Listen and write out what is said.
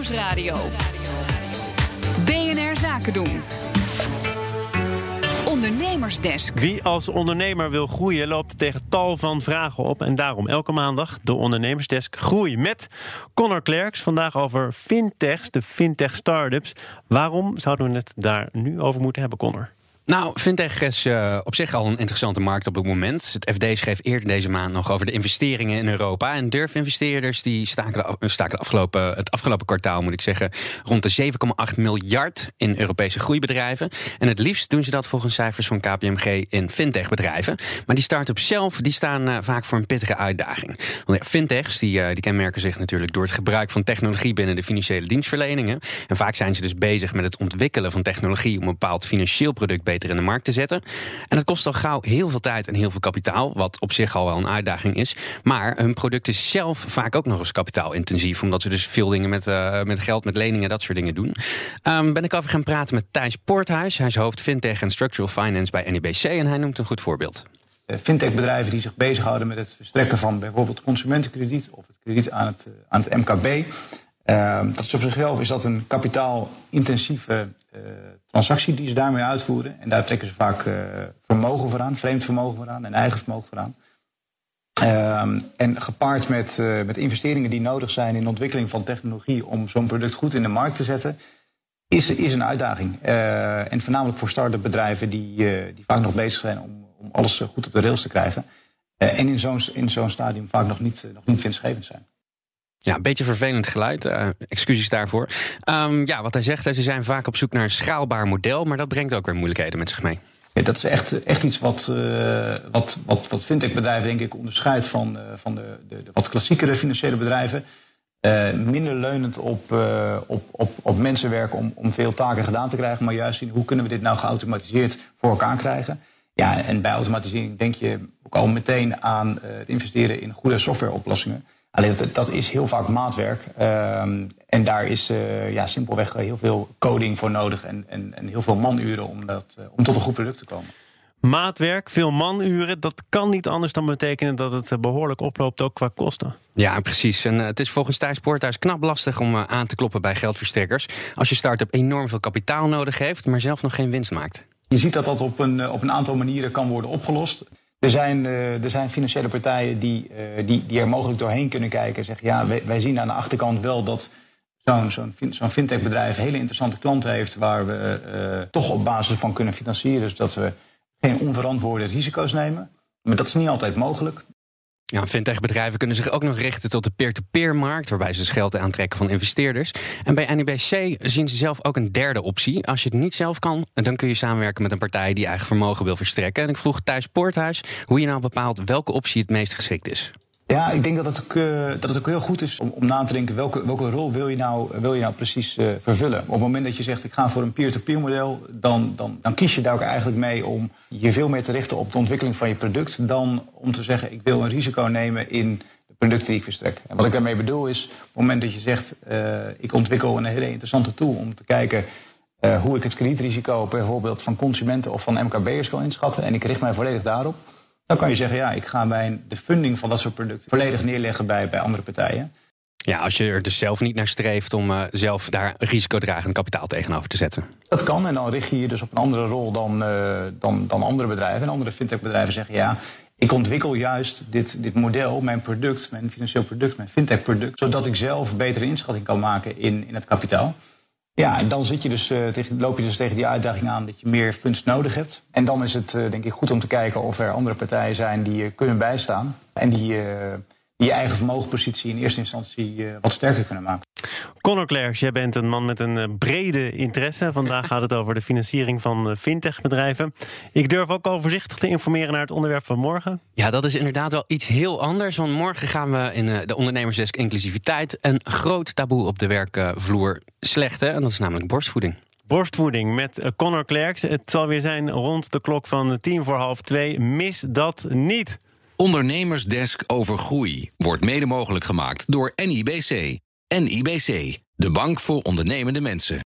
Nieuwsradio. BNR Zaken doen. Ondernemersdesk. Wie als ondernemer wil groeien loopt tegen tal van vragen op. En daarom elke maandag de Ondernemersdesk Groei. Met Connor Klerks. Vandaag over fintechs, de fintech startups. Waarom zouden we het daar nu over moeten hebben, Connor? Nou, fintech is op zich al een interessante markt op het moment. Het FD schreef eerder deze maand nog over de investeringen in Europa. En durfinvesteerders die staken het afgelopen kwartaal, moet ik zeggen, rond de 7,8 miljard in Europese groeibedrijven. En het liefst doen ze dat volgens cijfers van KPMG in fintechbedrijven. Maar die start-ups zelf die staan vaak voor een pittige uitdaging. Want ja, fintechs die kenmerken zich natuurlijk door het gebruik van technologie binnen de financiële dienstverleningen. En vaak zijn ze dus bezig met het ontwikkelen van technologie om een bepaald financieel product beter in de markt te zetten. En dat kost al gauw heel veel tijd en heel veel kapitaal, wat op zich al wel een uitdaging is. Maar hun product is zelf vaak ook nog eens kapitaalintensief, omdat ze dus veel dingen met geld, met leningen, dat soort dingen doen. Ben ik over gaan praten met Thijs Poorthuis. Hij is hoofd Fintech en Structural Finance bij NIBC en hij noemt een goed voorbeeld. Fintechbedrijven die zich bezighouden met het verstrekken van bijvoorbeeld consumentenkrediet of het krediet aan het MKB. Dat is op zichzelf is dat een kapitaalintensieve transactie die ze daarmee uitvoeren. En daar trekken ze vaak vermogen voor aan, vreemd vermogen voor aan en eigen vermogen voor aan. En gepaard met investeringen die nodig zijn in de ontwikkeling van technologie om zo'n product goed in de markt te zetten, is een uitdaging. En voornamelijk voor start-up bedrijven die vaak nog bezig zijn om alles goed op de rails te krijgen. En in zo'n stadium vaak nog niet winstgevend zijn. Ja, een beetje vervelend geluid. Excuses daarvoor. Wat hij zegt, ze zijn vaak op zoek naar een schaalbaar model, maar dat brengt ook weer moeilijkheden met zich mee. Ja, dat is echt iets wat fintechbedrijven denk ik onderscheidt van de wat klassiekere financiële bedrijven. Minder leunend op mensen werken om veel taken gedaan te krijgen, maar juist zien hoe kunnen we dit nou geautomatiseerd voor elkaar krijgen. Ja, en bij automatisering denk je ook al meteen aan het investeren in goede softwareoplossingen. Alleen dat is heel vaak maatwerk. En daar is simpelweg heel veel coding voor nodig en heel veel manuren om tot een goed product te komen. Maatwerk, veel manuren, dat kan niet anders dan betekenen dat het behoorlijk oploopt ook qua kosten. Ja, precies. En het is volgens Thijs Poorthuis knap lastig om aan te kloppen bij geldverstrekkers als je start-up enorm veel kapitaal nodig heeft, maar zelf nog geen winst maakt. Je ziet dat op een aantal manieren kan worden opgelost. Er zijn financiële partijen die er mogelijk doorheen kunnen kijken en zeggen, ja, wij zien aan de achterkant wel dat zo'n fintechbedrijf hele interessante klanten heeft waar we toch op basis van kunnen financieren, zodat we geen onverantwoorde risico's nemen. Maar dat is niet altijd mogelijk. Ja, fintechbedrijven kunnen zich ook nog richten tot de peer-to-peer-markt, waarbij ze dus geld aantrekken van investeerders. En bij NIBC zien ze zelf ook een derde optie. Als je het niet zelf kan, dan kun je samenwerken met een partij die eigen vermogen wil verstrekken. En ik vroeg Thijs Poorthuis hoe je nou bepaalt welke optie het meest geschikt is. Ja, ik denk dat het ook heel goed is om na te denken welke rol wil je nou precies vervullen. Op het moment dat je zegt ik ga voor een peer-to-peer model, dan kies je daar ook eigenlijk mee om je veel meer te richten op de ontwikkeling van je product dan om te zeggen ik wil een risico nemen in de producten die ik verstrek. En wat ik daarmee bedoel is op het moment dat je zegt ik ontwikkel een hele interessante tool om te kijken hoe ik het kredietrisico bijvoorbeeld van consumenten of van MKB'ers kan inschatten en ik richt mij volledig daarop. Dan kan je zeggen, ja, ik ga de funding van dat soort producten volledig neerleggen bij andere partijen. Ja, als je er dus zelf niet naar streeft om zelf daar risicodragend kapitaal tegenover te zetten. Dat kan en dan richt je je dus op een andere rol dan andere bedrijven. En andere fintechbedrijven zeggen, ja, ik ontwikkel juist dit model, mijn product, mijn financieel product, mijn fintech-product, zodat ik zelf betere inschatting kan maken in het kapitaal. Ja, en dan loop je dus tegen die uitdaging aan dat je meer funds nodig hebt. En dan is het denk ik goed om te kijken of er andere partijen zijn die je kunnen bijstaan. En die je eigen vermogenpositie in eerste instantie wat sterker kunnen maken. Connor Klerks, jij bent een man met een brede interesse. Vandaag gaat het over de financiering van fintechbedrijven. Ik durf ook al voorzichtig te informeren naar het onderwerp van morgen. Ja, dat is inderdaad wel iets heel anders. Want morgen gaan we in de Ondernemersdesk Inclusiviteit een groot taboe op de werkvloer slechten. En dat is namelijk borstvoeding. Borstvoeding met Connor Klerks. Het zal weer zijn rond de klok van 1:45. Mis dat niet. Ondernemersdesk over groei wordt mede mogelijk gemaakt door NIBC. NIBC, de bank voor ondernemende mensen.